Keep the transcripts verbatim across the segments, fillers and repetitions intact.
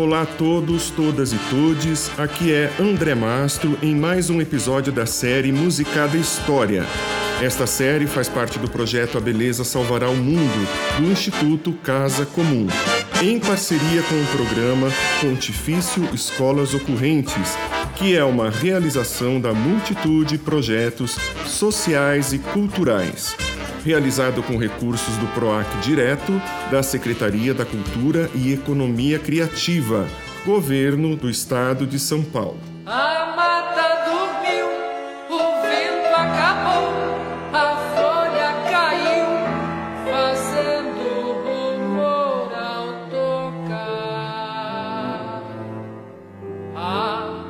Olá a todos, todas e todes, aqui é André Mastro em mais um episódio da série Musicada História. Esta série faz parte do projeto A Beleza Salvará o Mundo, do Instituto Casa Comum, em parceria com o programa Pontifício Escolas Ocorrentes, que é uma realização da multitude de projetos sociais e culturais, realizado com recursos do PROAC Direto, da Secretaria da Cultura e Economia Criativa, Governo do Estado de São Paulo. A mata dormiu, o vento acabou, a folha caiu, fazendo rumor ao tocar. Ah,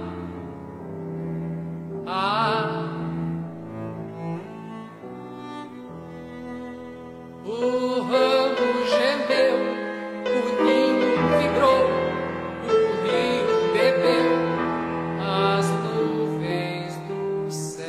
ah. O ramo gemeu, o ninho vibrou, o rio bebeu as nuvens do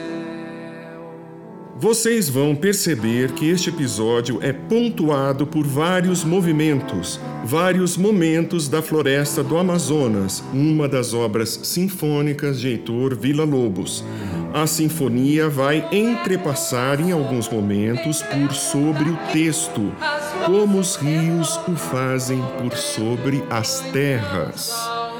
céu. Vocês vão perceber que este episódio é pontuado por vários movimentos, vários momentos da Floresta do Amazonas, uma das obras sinfônicas de Heitor Villa-Lobos. A sinfonia vai entrepassar em alguns momentos por sobre o texto, como os rios o fazem por sobre as terras.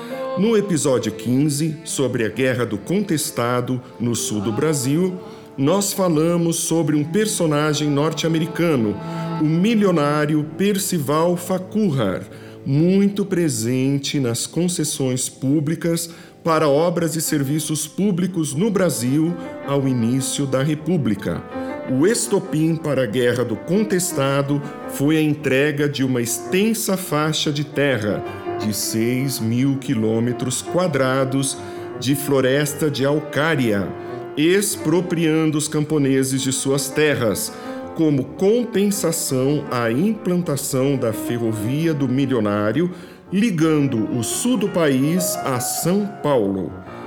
No episódio quinze, sobre a Guerra do Contestado no sul do Brasil, nós falamos sobre um personagem norte-americano, o milionário Percival Facurrar, muito presente nas concessões públicas para obras e serviços públicos no Brasil ao início da República. O estopim para a Guerra do Contestado foi a entrega de uma extensa faixa de terra de seis mil quilômetros quadrados de floresta de Araucária, expropriando os camponeses de suas terras, como compensação à implantação da ferrovia do milionário, ligando o sul do país a São Paulo.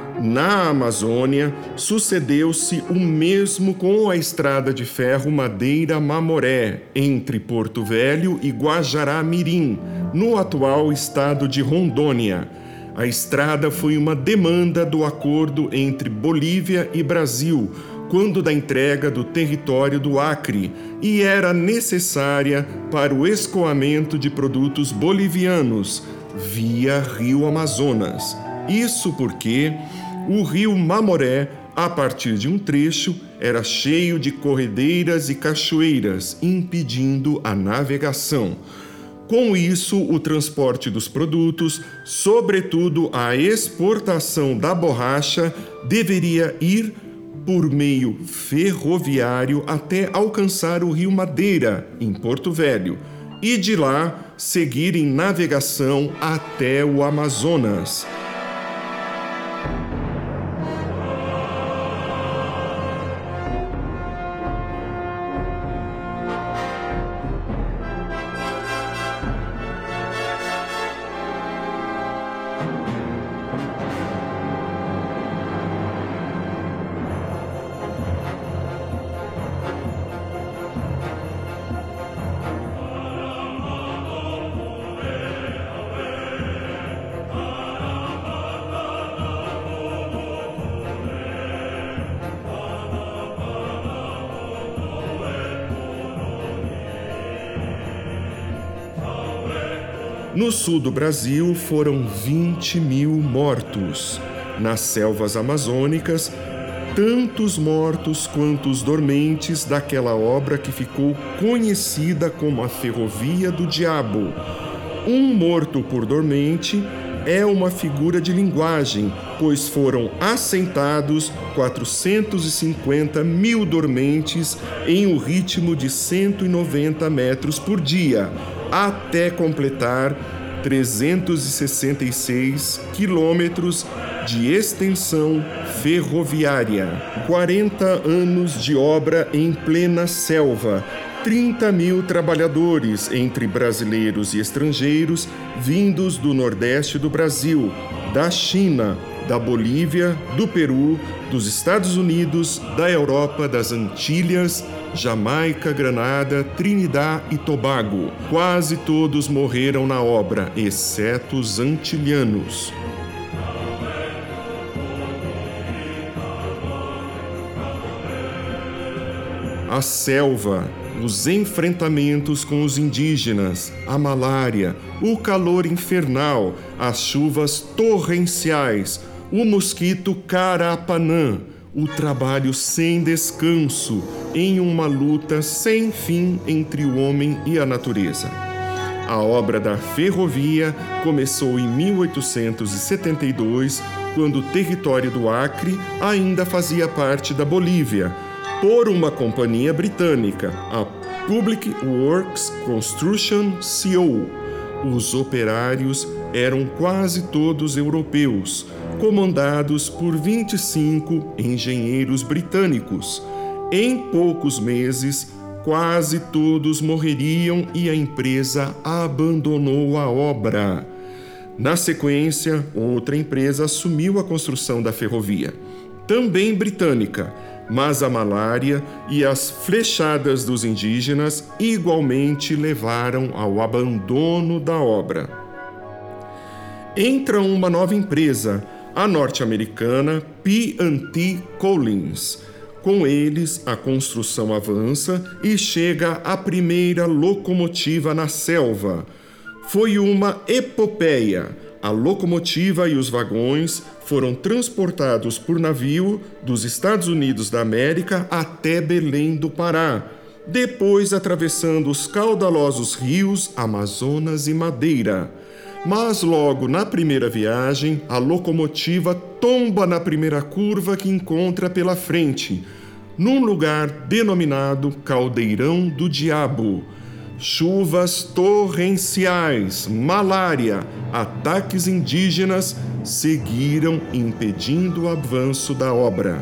Na Amazônia, sucedeu-se o mesmo com a estrada de ferro Madeira-Mamoré, entre Porto Velho e Guajará-Mirim, no atual estado de Rondônia. A estrada foi uma demanda do acordo entre Bolívia e Brasil, quando da entrega do território do Acre, e era necessária para o escoamento de produtos bolivianos via Rio Amazonas. Isso porque o rio Mamoré, a partir de um trecho, era cheio de corredeiras e cachoeiras, impedindo a navegação. Com isso, o transporte dos produtos, sobretudo a exportação da borracha, deveria ir por meio ferroviário até alcançar o rio Madeira, em Porto Velho, e de lá seguir em navegação até o Amazonas. No sul do Brasil foram vinte mil mortos. Nas selvas amazônicas, tantos mortos quanto os dormentes daquela obra que ficou conhecida como a Ferrovia do Diabo. Um morto por dormente é uma figura de linguagem, pois foram assentados quatrocentos e cinquenta mil dormentes em um ritmo de cento e noventa metros por dia, até completar trezentos e sessenta e seis quilômetros de extensão ferroviária. quarenta anos de obra em plena selva, trinta mil trabalhadores, entre brasileiros e estrangeiros, vindos do Nordeste do Brasil, da China, da Bolívia, do Peru, dos Estados Unidos, da Europa, das Antilhas, Jamaica, Granada, Trinidad e Tobago. Quase todos morreram na obra, exceto os antilhanos. A selva, os enfrentamentos com os indígenas, a malária, o calor infernal, as chuvas torrenciais, o mosquito Carapanã, o trabalho sem descanso em uma luta sem fim entre o homem e a natureza. A obra da ferrovia começou em mil oitocentos e setenta e dois, quando o território do Acre ainda fazia parte da Bolívia, por uma companhia britânica, a Public Works Construction C O. Os operários eram quase todos europeus, comandados por vinte e cinco engenheiros britânicos. Em poucos meses, quase todos morreriam e a empresa abandonou a obra. Na sequência, outra empresa assumiu a construção da ferrovia, também britânica, mas a malária e as flechadas dos indígenas igualmente levaram ao abandono da obra. Entra uma nova empresa, a norte-americana P and T Collins. Com eles, a construção avança e chega a primeira locomotiva na selva. Foi uma epopeia. A locomotiva e os vagões foram transportados por navio dos Estados Unidos da América até Belém do Pará, depois atravessando os caudalosos rios Amazonas e Madeira. Mas logo na primeira viagem, a locomotiva tomba na primeira curva que encontra pela frente, num lugar denominado Caldeirão do Diabo. Chuvas torrenciais, malária, ataques indígenas seguiram impedindo o avanço da obra.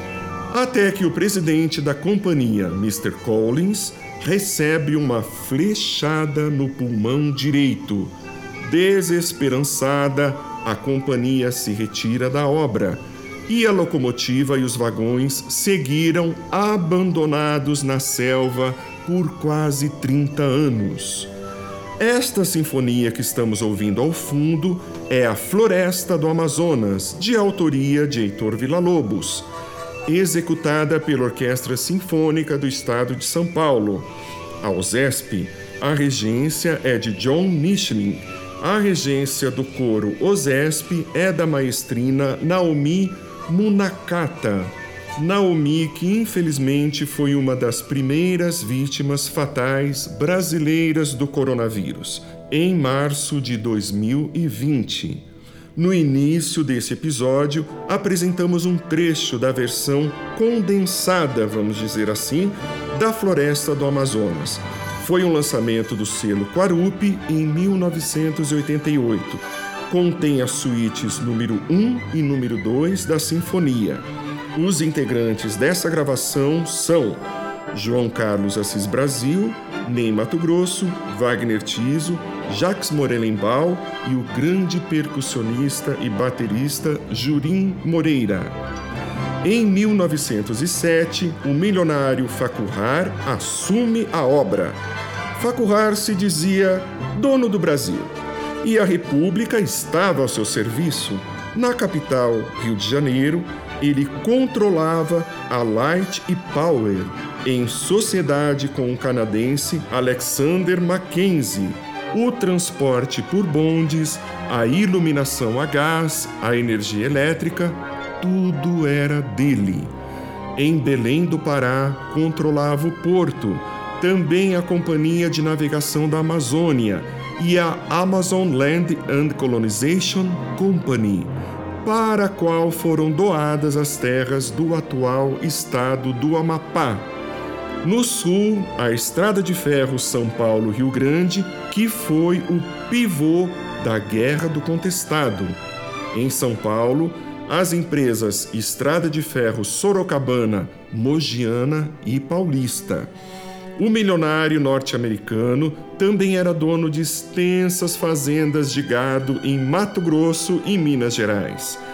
Até que o presidente da companhia, mister Collins, recebe uma flechada no pulmão direito. Desesperançada, a companhia se retira da obra e a locomotiva e os vagões seguiram abandonados na selva por quase trinta anos. Esta sinfonia que estamos ouvindo ao fundo é a Floresta do Amazonas, de autoria de Heitor Villa-Lobos, executada pela Orquestra Sinfônica do Estado de São Paulo. A OSESP, a regência é de John Michelin. A regência do coro OSESP é da maestrina Naomi Munakata. Naomi, que infelizmente foi uma das primeiras vítimas fatais brasileiras do coronavírus, em março de dois mil e vinte. No início desse episódio, apresentamos um trecho da versão condensada, vamos dizer assim, da Floresta do Amazonas. Foi um lançamento do selo Quarupi em mil novecentos e oitenta e oito. Contém as suítes número um e número dois da Sinfonia. Os integrantes dessa gravação são João Carlos Assis Brasil, Ney Mato Grosso, Wagner Tiso, Jacques Morelenbaum e o grande percussionista e baterista Jurim Moreira. Em mil novecentos e sete, o milionário Facurrar assume a obra. Facurrar se dizia dono do Brasil e a República estava ao seu serviço. Na capital, Rio de Janeiro, ele controlava a Light e Power, em sociedade com o canadense Alexander Mackenzie, o transporte por bondes, a iluminação a gás, a energia elétrica, tudo era dele. Em Belém do Pará, controlava o porto, também a Companhia de Navegação da Amazônia e a Amazon Land and Colonization Company, para a qual foram doadas as terras do atual estado do Amapá. No sul, a Estrada de Ferro São Paulo-Rio Grande, que foi o pivô da Guerra do Contestado. Em São Paulo, as empresas Estrada de Ferro Sorocabana, Mogiana e Paulista. O milionário norte-americano também era dono de extensas fazendas de gado em Mato Grosso e Minas Gerais.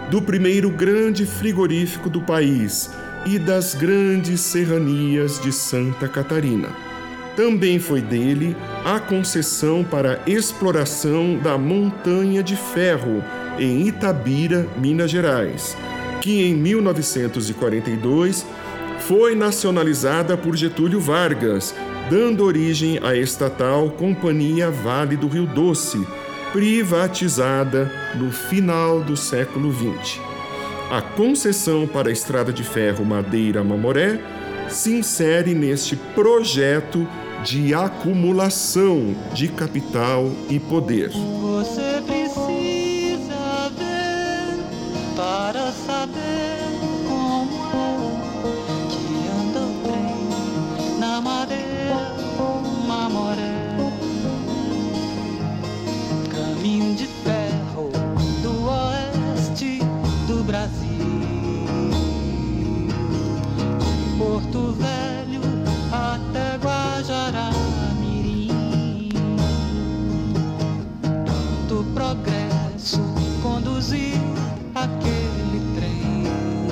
do primeiro grande frigorífico do país e das grandes serranias de Santa Catarina. Também foi dele a concessão para a exploração da Montanha de Ferro, em Itabira, Minas Gerais, que em mil novecentos e quarenta e dois foi nacionalizada por Getúlio Vargas, dando origem à estatal Companhia Vale do Rio Doce, privatizada no final do século vinte. A concessão para a Estrada de Ferro Madeira-Mamoré se insere neste projeto de acumulação de capital e poder. Você precisa ver para saber como é que anda o trem na Madeira, Mamoré. Caminho de ferro do oeste do Brasil, de Porto Velho até Guajará-Mirim. Tanto progresso conduziu aquele trem.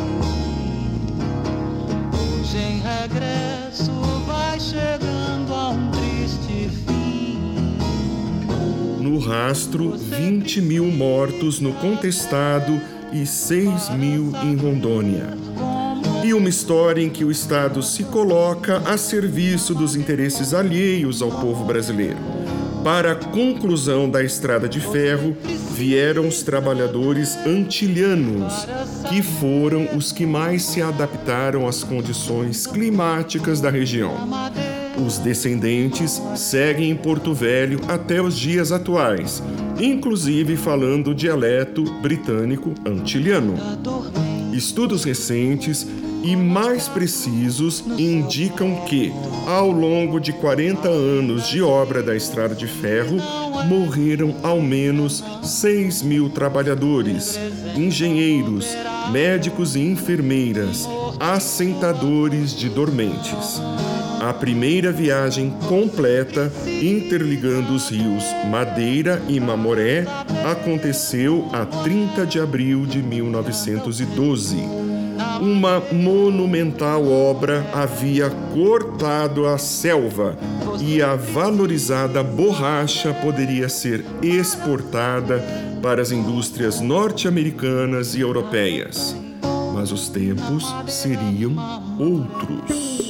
Hoje em regresso vai chegando a um triste fim. No rastro, vinte mil mortos no Contestado e seis mil em Rondônia. E uma história em que o Estado se coloca a serviço dos interesses alheios ao povo brasileiro. Para a conclusão da Estrada de Ferro, vieram os trabalhadores antilhanos, que foram os que mais se adaptaram às condições climáticas da região. Os descendentes seguem em Porto Velho até os dias atuais, inclusive falando o dialeto britânico antilhano. Estudos recentes e mais precisos indicam que, ao longo de quarenta anos de obra da Estrada de Ferro, morreram ao menos seis mil trabalhadores, engenheiros, médicos e enfermeiras, assentadores de dormentes. A primeira viagem completa, interligando os rios Madeira e Mamoré, aconteceu a trinta de abril de mil novecentos e doze. Uma monumental obra havia cortado a selva e a valorizada borracha poderia ser exportada para as indústrias norte-americanas e europeias. Mas os tempos seriam outros.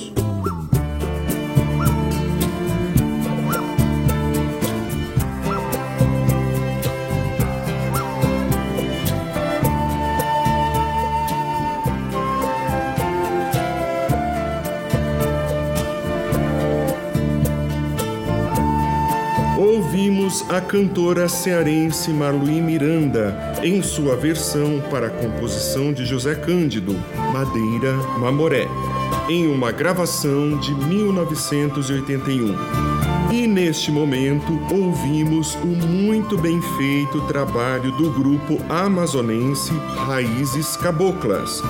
Ouvimos a cantora cearense Marluí Miranda em sua versão para a composição de José Cândido, Madeira, Mamoré, em uma gravação de mil novecentos e oitenta e um. E neste momento ouvimos o muito bem feito trabalho do grupo amazonense Raízes Caboclas.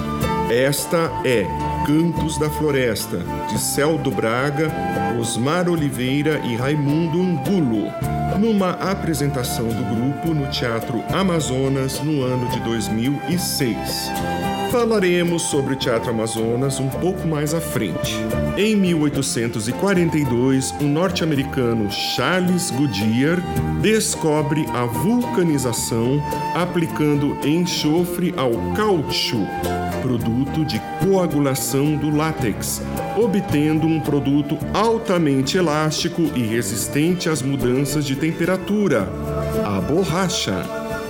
Esta é Cantos da Floresta, de Celdo Braga, Osmar Oliveira e Raimundo Angulo, numa apresentação do grupo no Teatro Amazonas no ano de dois mil e seis. Falaremos sobre o Teatro Amazonas um pouco mais à frente. Em mil oitocentos e quarenta e dois, o norte-americano Charles Goodyear descobre a vulcanização aplicando enxofre ao caucho, produto de coagulação do látex, obtendo um produto altamente elástico e resistente às mudanças de temperatura, a borracha.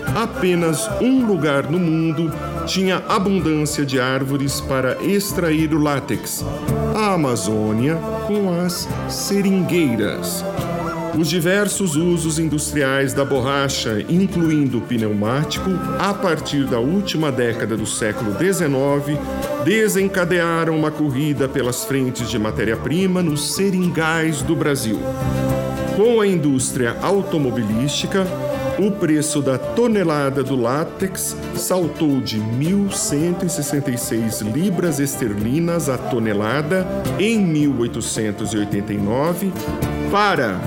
Apenas um lugar no mundo tinha abundância de árvores para extrair o látex: a Amazônia, com as seringueiras. Os diversos usos industriais da borracha, incluindo o pneumático, a partir da última década do século dezenove, desencadearam uma corrida pelas frentes de matéria-prima nos seringais do Brasil. Com a indústria automobilística, o preço da tonelada do látex saltou de mil cento e sessenta e seis libras esterlinas a tonelada em mil oitocentos e oitenta e nove para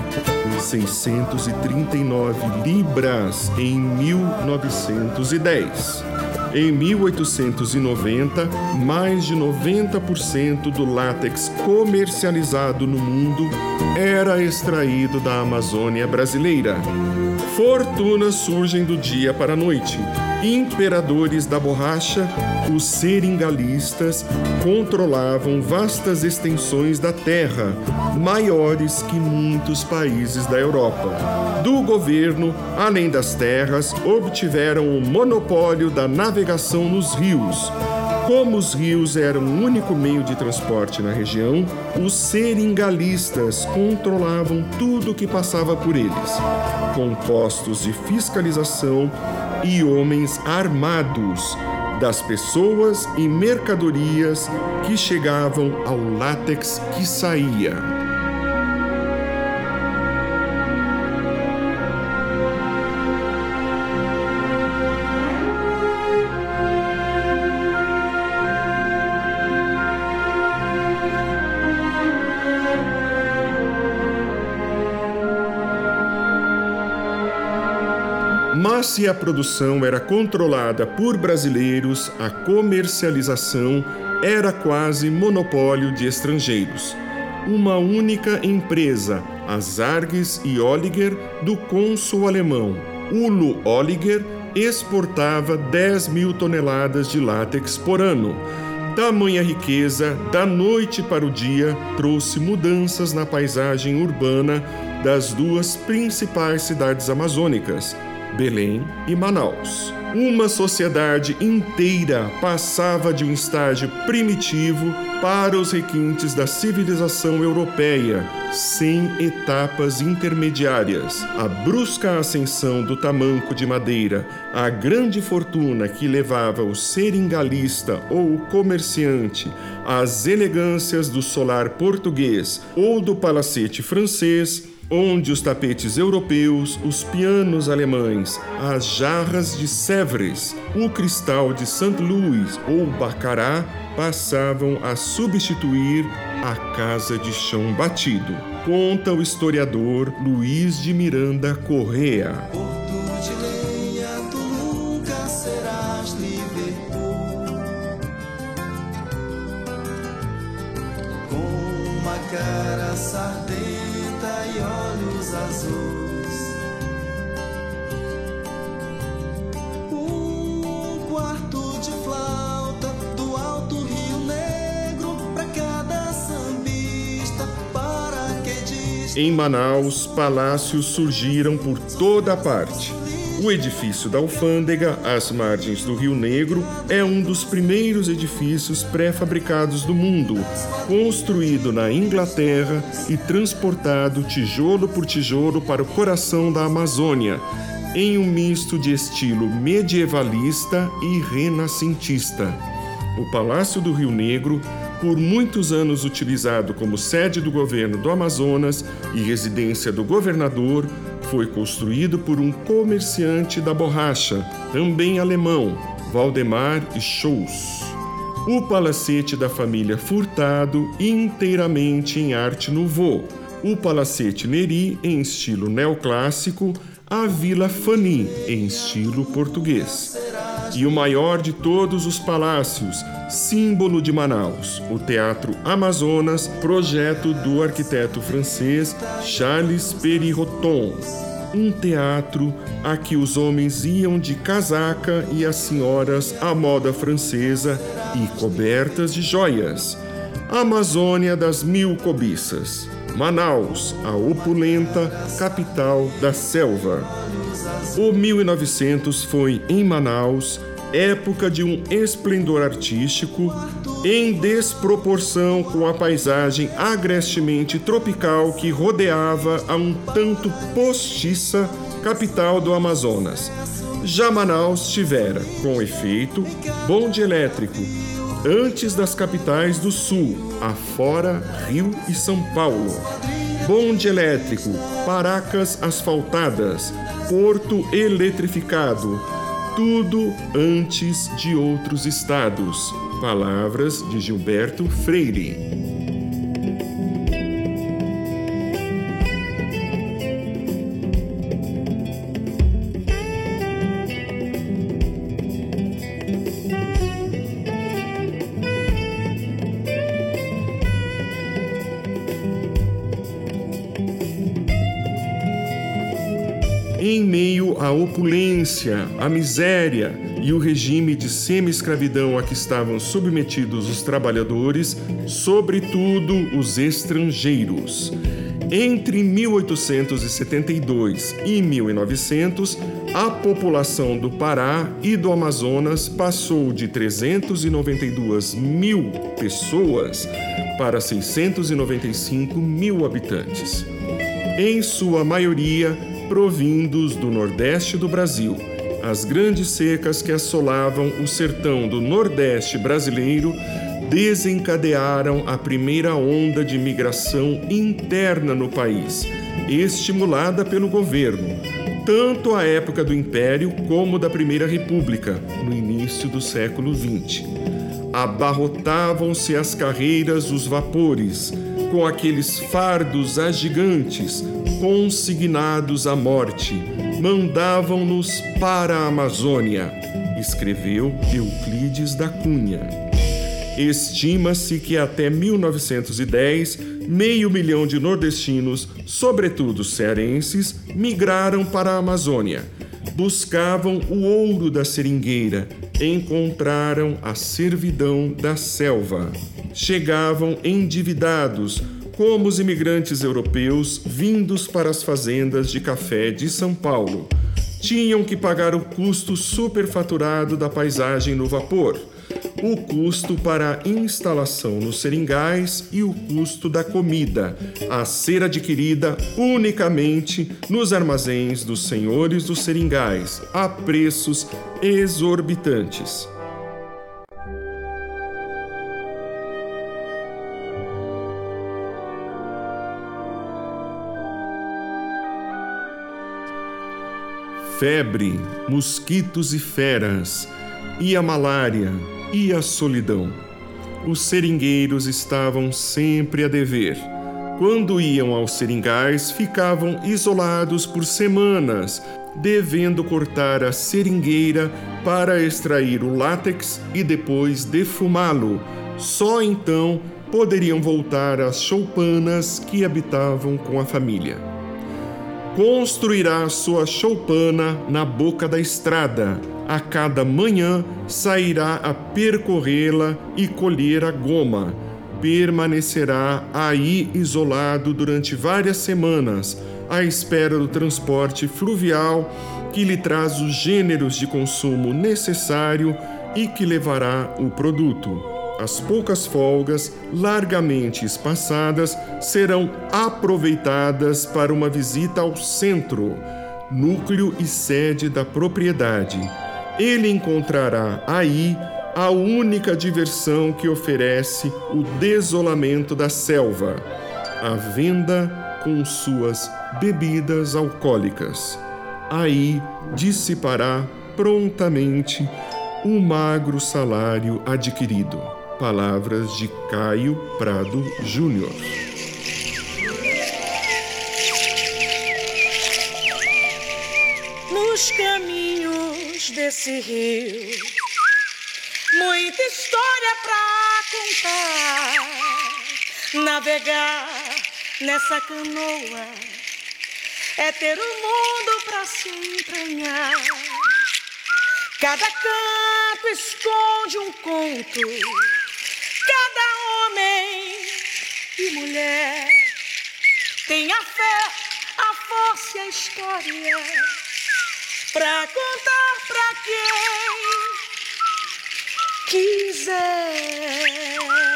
seiscentos e trinta e nove libras em mil novecentos e dez. Em mil oitocentos e noventa, mais de noventa por cento do látex comercializado no mundo era extraído da Amazônia brasileira. Fortunas surgem do dia para a noite. Imperadores da borracha, os seringalistas, controlavam vastas extensões da terra, maiores que muitos países da Europa. Do governo, além das terras, obtiveram o monopólio da navegação nos rios. Como os rios eram o único meio de transporte na região, os seringalistas controlavam tudo o que passava por eles, com postos de fiscalização e homens armados das pessoas e mercadorias que chegavam ao látex que saía. Mas se a produção era controlada por brasileiros, a comercialização era quase monopólio de estrangeiros. Uma única empresa, a Zarges e Oeliger, do cônsul alemão Ulo Oeliger, exportava dez mil toneladas de látex por ano. Tamanha riqueza, da noite para o dia, trouxe mudanças na paisagem urbana das duas principais cidades amazônicas, Belém e Manaus. Uma sociedade inteira passava de um estágio primitivo para os requintes da civilização europeia, sem etapas intermediárias. A brusca ascensão do tamanco de madeira, a grande fortuna que levava o seringalista ou o comerciante, as elegâncias do solar português ou do palacete francês, onde os tapetes europeus, os pianos alemães, as jarras de Sèvres, o cristal de Saint Louis ou Baccarat passavam a substituir a casa de chão batido. Conta o historiador Luiz de Miranda Correa. Porto de lenha, tu nunca serás Liverpool. Com uma cara sardenta e olhos azuis, um quarto de flauta do alto Rio Negro pra cada sambista paraquedista. Em Manaus, palácios surgiram por toda a parte. O edifício da Alfândega, às margens do Rio Negro, é um dos primeiros edifícios pré-fabricados do mundo, construído na Inglaterra e transportado tijolo por tijolo para o coração da Amazônia, em um misto de estilo medievalista e renascentista. O Palácio do Rio Negro, por muitos anos utilizado como sede do governo do Amazonas e residência do governador, foi construído por um comerciante da borracha, também alemão, Valdemar Scholz. O palacete da família Furtado, inteiramente em arte nouveau. O palacete Neri, em estilo neoclássico. A Vila Fani, em estilo português. E o maior de todos os palácios, símbolo de Manaus, o Teatro Amazonas, projeto do arquiteto francês Charles Périroton. Um teatro a que os homens iam de casaca e as senhoras à moda francesa e cobertas de joias. Amazônia das mil cobiças. Manaus, a opulenta capital da selva. O mil e novecentos foi, em Manaus, época de um esplendor artístico em desproporção com a paisagem agrestemente tropical que rodeava a um tanto postiça capital do Amazonas. Já Manaus tivera, com efeito, bonde elétrico, antes das capitais do sul, afora Rio e São Paulo. Bonde elétrico, paracas asfaltadas, porto eletrificado, tudo antes de outros estados. Palavras de Gilberto Freire. meio à opulência, à miséria e o regime de semi-escravidão a que estavam submetidos os trabalhadores, sobretudo os estrangeiros. Entre mil oitocentos e setenta e dois e mil e novecentos, a população do Pará e do Amazonas passou de trezentos e noventa e duas mil pessoas para seiscentos e noventa e cinco mil habitantes, em sua maioria provindos do Nordeste do Brasil. As grandes secas que assolavam o sertão do Nordeste brasileiro desencadearam a primeira onda de migração interna no país, estimulada pelo governo, tanto à época do Império como da Primeira República, no início do século vinte. Abarrotavam-se as carreiras os vapores, com aqueles fardos agigantes, consignados à morte, mandavam-nos para a Amazônia, escreveu Euclides da Cunha. Estima-se que até mil novecentos e dez, meio milhão de nordestinos, sobretudo cearenses, migraram para a Amazônia. Buscavam o ouro da seringueira, encontraram a servidão da selva. Chegavam endividados, como os imigrantes europeus vindos para as fazendas de café de São Paulo. Tinham que pagar o custo superfaturado da paisagem no vapor, o custo para a instalação nos seringais e o custo da comida, a ser adquirida unicamente nos armazéns dos senhores dos seringais, a preços exorbitantes. Febre, mosquitos e feras, e a malária, e a solidão. Os seringueiros estavam sempre a dever. Quando iam aos seringais, ficavam isolados por semanas, devendo cortar a seringueira para extrair o látex e depois defumá-lo. Só então poderiam voltar às choupanas que habitavam com a família. Construirá sua choupana na boca da estrada. A cada manhã sairá a percorrê-la e colher a goma. Permanecerá aí isolado durante várias semanas, à espera do transporte fluvial que lhe traz os gêneros de consumo necessário e que levará o produto. As poucas folgas, largamente espaçadas, serão aproveitadas para uma visita ao centro, núcleo e sede da propriedade. Ele encontrará aí a única diversão que oferece o desolamento da selva, a venda com suas bebidas alcoólicas. Aí dissipará prontamente o magro salário adquirido. Palavras de Caio Prado Júnior. Nos caminhos desse rio, muita história pra contar. Navegar nessa canoa é ter o mundo pra se entranhar. Cada canto esconde um conto, cada homem e mulher tem a fé, a força e a história pra contar pra quem quiser.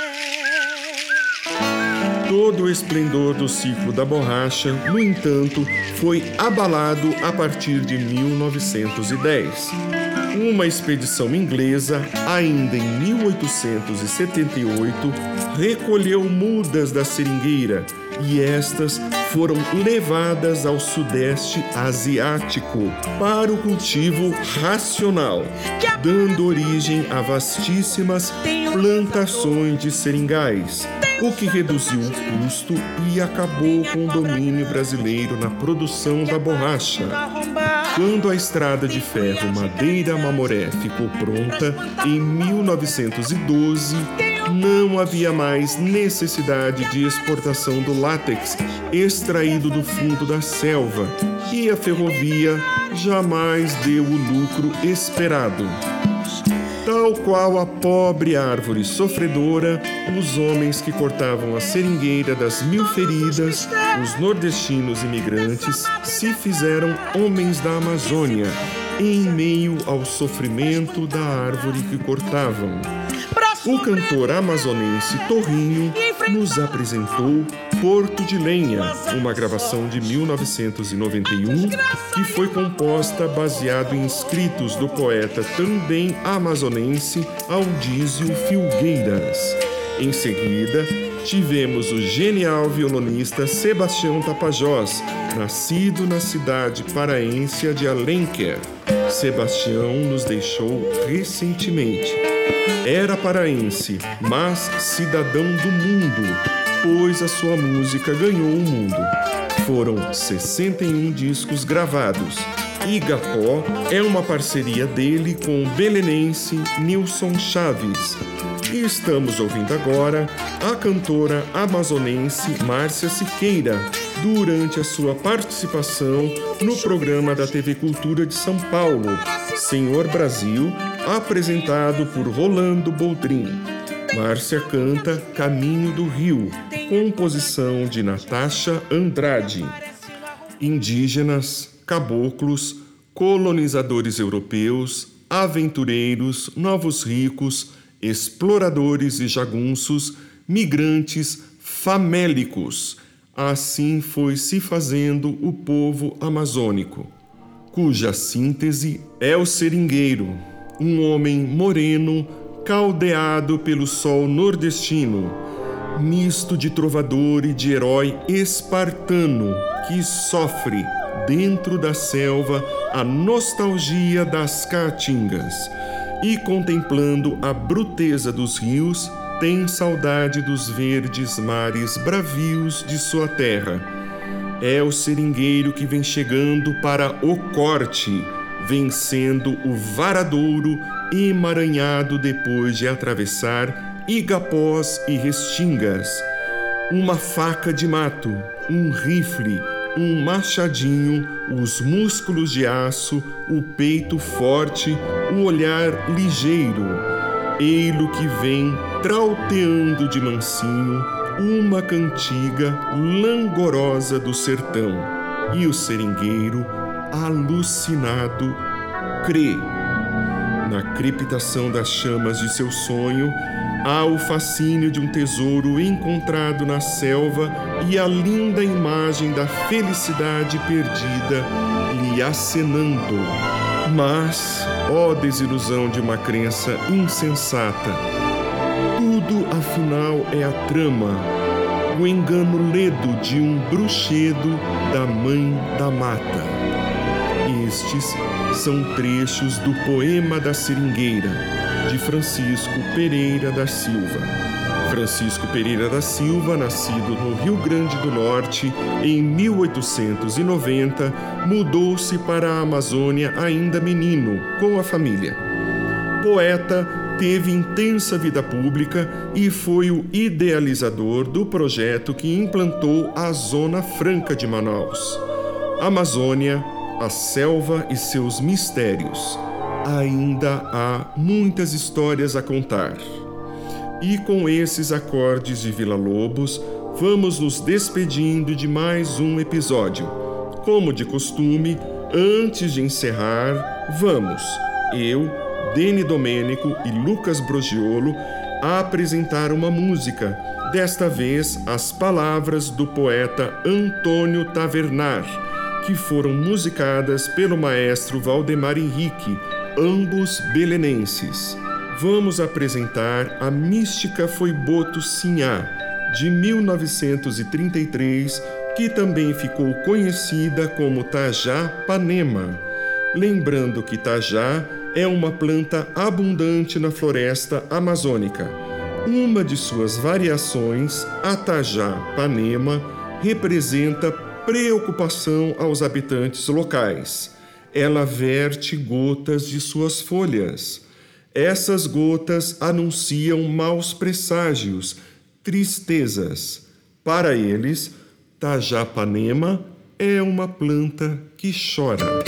Todo o esplendor do ciclo da borracha, no entanto, foi abalado a partir de mil novecentos e dez. Uma expedição inglesa, ainda em mil oitocentos e setenta e oito, recolheu mudas da seringueira e estas foram levadas ao Sudeste Asiático para o cultivo racional, dando origem a vastíssimas plantações de seringais, o que reduziu o custo e acabou com o domínio brasileiro na produção da borracha. Quando a estrada de ferro Madeira-Mamoré ficou pronta, em mil novecentos e doze, não havia mais necessidade de exportação do látex extraído do fundo da selva e a ferrovia jamais deu o lucro esperado. Tal qual a pobre árvore sofredora, os homens que cortavam a seringueira das mil feridas, os nordestinos imigrantes, se fizeram homens da Amazônia, em meio ao sofrimento da árvore que cortavam. O cantor amazonense Torrinho nos apresentou Porto de Lenha, uma gravação de mil novecentos e noventa e um que foi composta baseado em escritos do poeta também amazonense Aldísio Filgueiras. Em seguida, tivemos o genial violonista Sebastião Tapajós, nascido na cidade paraense de Alenquer. Sebastião nos deixou recentemente. Era paraense, mas cidadão do mundo, pois a sua música ganhou o mundo. Foram sessenta e um discos gravados. Igapó é uma parceria dele com o belenense Nilson Chaves. E estamos ouvindo agora a cantora amazonense Márcia Siqueira, durante a sua participação no programa da T V Cultura de São Paulo, Senhor Brasil, apresentado por Rolando Boldrin. Márcia canta Caminho do Rio, composição de Natasha Andrade. Indígenas, caboclos, colonizadores europeus, aventureiros, novos ricos, exploradores e jagunços, migrantes, famélicos. Assim foi se fazendo o povo amazônico, cuja síntese é o seringueiro, um homem moreno, caldeado pelo sol nordestino, misto de trovador e de herói espartano, que sofre, dentro da selva, a nostalgia das caatingas e, contemplando a bruteza dos rios, tem saudade dos verdes mares bravios de sua terra. É o seringueiro que vem chegando para o corte, vencendo o varadouro emaranhado depois de atravessar igapós e restingas. Uma faca de mato, um rifle, um machadinho, os músculos de aço, o peito forte, o olhar ligeiro. Ei-lo que vem trauteando de mansinho uma cantiga langorosa do sertão. E o seringueiro, alucinado, crê. Na crepitação das chamas de seu sonho, há o fascínio de um tesouro encontrado na selva e a linda imagem da felicidade perdida lhe acenando. Mas, ó desilusão de uma crença insensata, tudo afinal é a trama, o engano ledo de um bruxedo da mãe da mata. Estes são trechos do Poema da Seringueira, de Francisco Pereira da Silva. Francisco Pereira da Silva, nascido no Rio Grande do Norte em mil oitocentos e noventa, mudou-se para a Amazônia ainda menino, com a família. Poeta, teve intensa vida pública e foi o idealizador do projeto que implantou a Zona Franca de Manaus. Amazônia, a selva e seus mistérios. Ainda há muitas histórias a contar. E com esses acordes de Vila Lobos, vamos nos despedindo de mais um episódio. Como de costume, antes de encerrar, vamos, eu, Deni Domênico e Lucas Brogiolo, a apresentar uma música, desta vez as palavras do poeta Antônio Tavernar, que foram musicadas pelo maestro Valdemar Henrique, ambos belenenses. Vamos apresentar A Mística Foi Boto Sinhá, de mil novecentos e trinta e três, que também ficou conhecida como Tajá Panema. Lembrando que tajá é uma planta abundante na floresta amazônica. Uma de suas variações, a Tajá Panema, representa preocupação aos habitantes locais. Ela verte gotas de suas folhas. Essas gotas anunciam maus presságios, tristezas. Para eles, Tajapanema é uma planta que chora.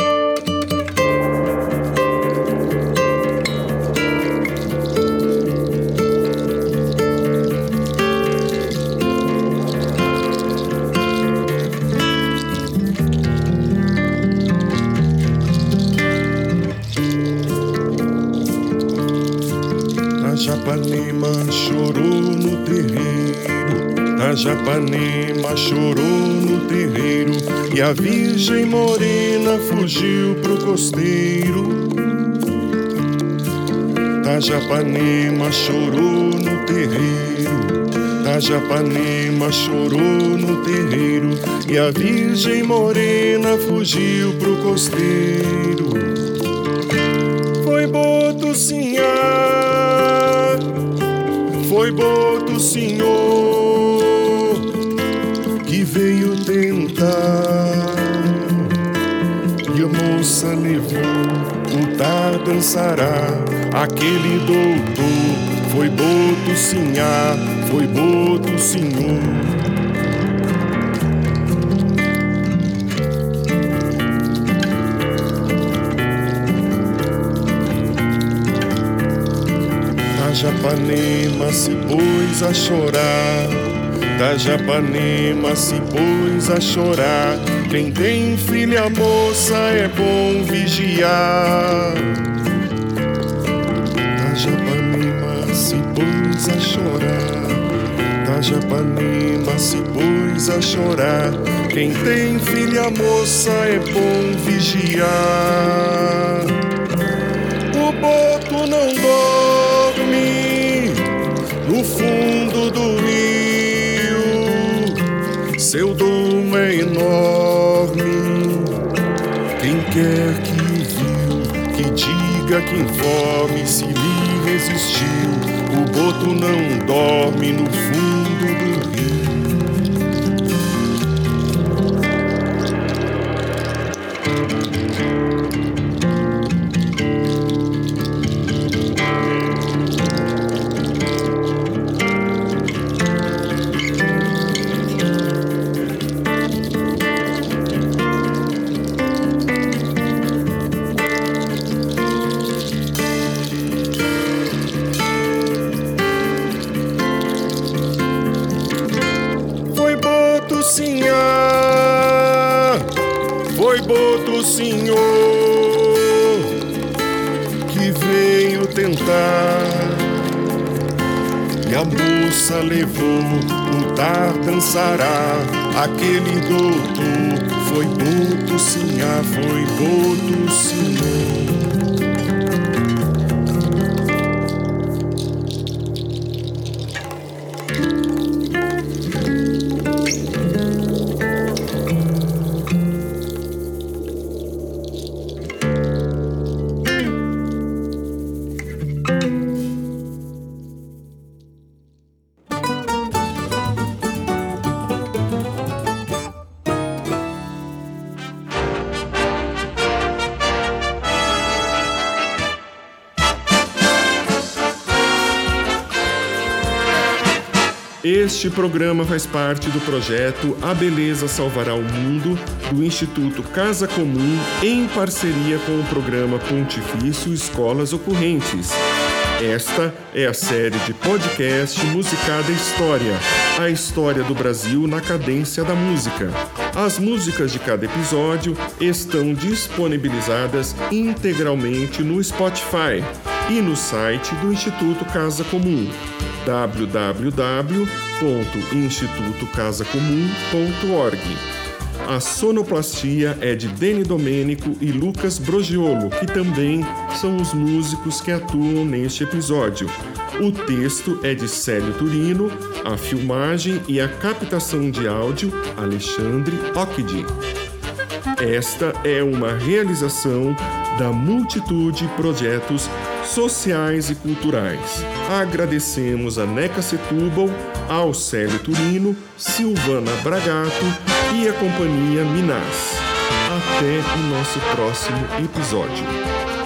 Tajapanema chorou no terreiro, Tajapanema chorou no terreiro, e a Virgem Morena fugiu pro costeiro. Tajapanema chorou no terreiro, Tajapanema chorou no terreiro, e a Virgem Morena fugiu pro costeiro. Foi Boto Sinhá, foi Boto Senhor que veio tentar, e a moça levou o Tardansará. Aquele doutor foi Boto Sinhá, foi Boto Senhor. Tajapanema se pôs a chorar, Tajapanema se pôs a chorar. Quem tem filha moça é bom vigiar. Tajapanema se pôs a chorar, Tajapanema se pôs a chorar. Quem tem filha moça é bom vigiar. O boto não dorme no fundo do rio, seu domo é enorme. Quem quer que o viu, que diga, que informe se lhe resistiu. O boto não dorme no fundo do rio. Foi Boto Senhor que veio tentar, e a moça levou o Tardansará. Aquele doutor foi Boto Sinhá, foi Boto Senhor. Este programa faz parte do projeto A Beleza Salvará o Mundo, do Instituto Casa Comum, em parceria com o programa Pontifício Escolas Ocorrentes. Esta é a série de podcast Musicada História, a história do Brasil na cadência da música. As músicas de cada episódio estão disponibilizadas integralmente no Spotify e no site do Instituto Casa Comum, w w w ponto instituto casa comum ponto org. A sonoplastia é de Deni Domênico e Lucas Brogiolo, que também são os músicos que atuam neste episódio. O texto é de Célio Turino, a filmagem e a captação de áudio, Alexandre Occhidi. Esta é uma realização da Multitude Projetos Sociais e Culturais. Agradecemos a Neca Setúbal, ao Célio Turino, Silvana Bragato e a Companhia Minas. Até o nosso próximo episódio.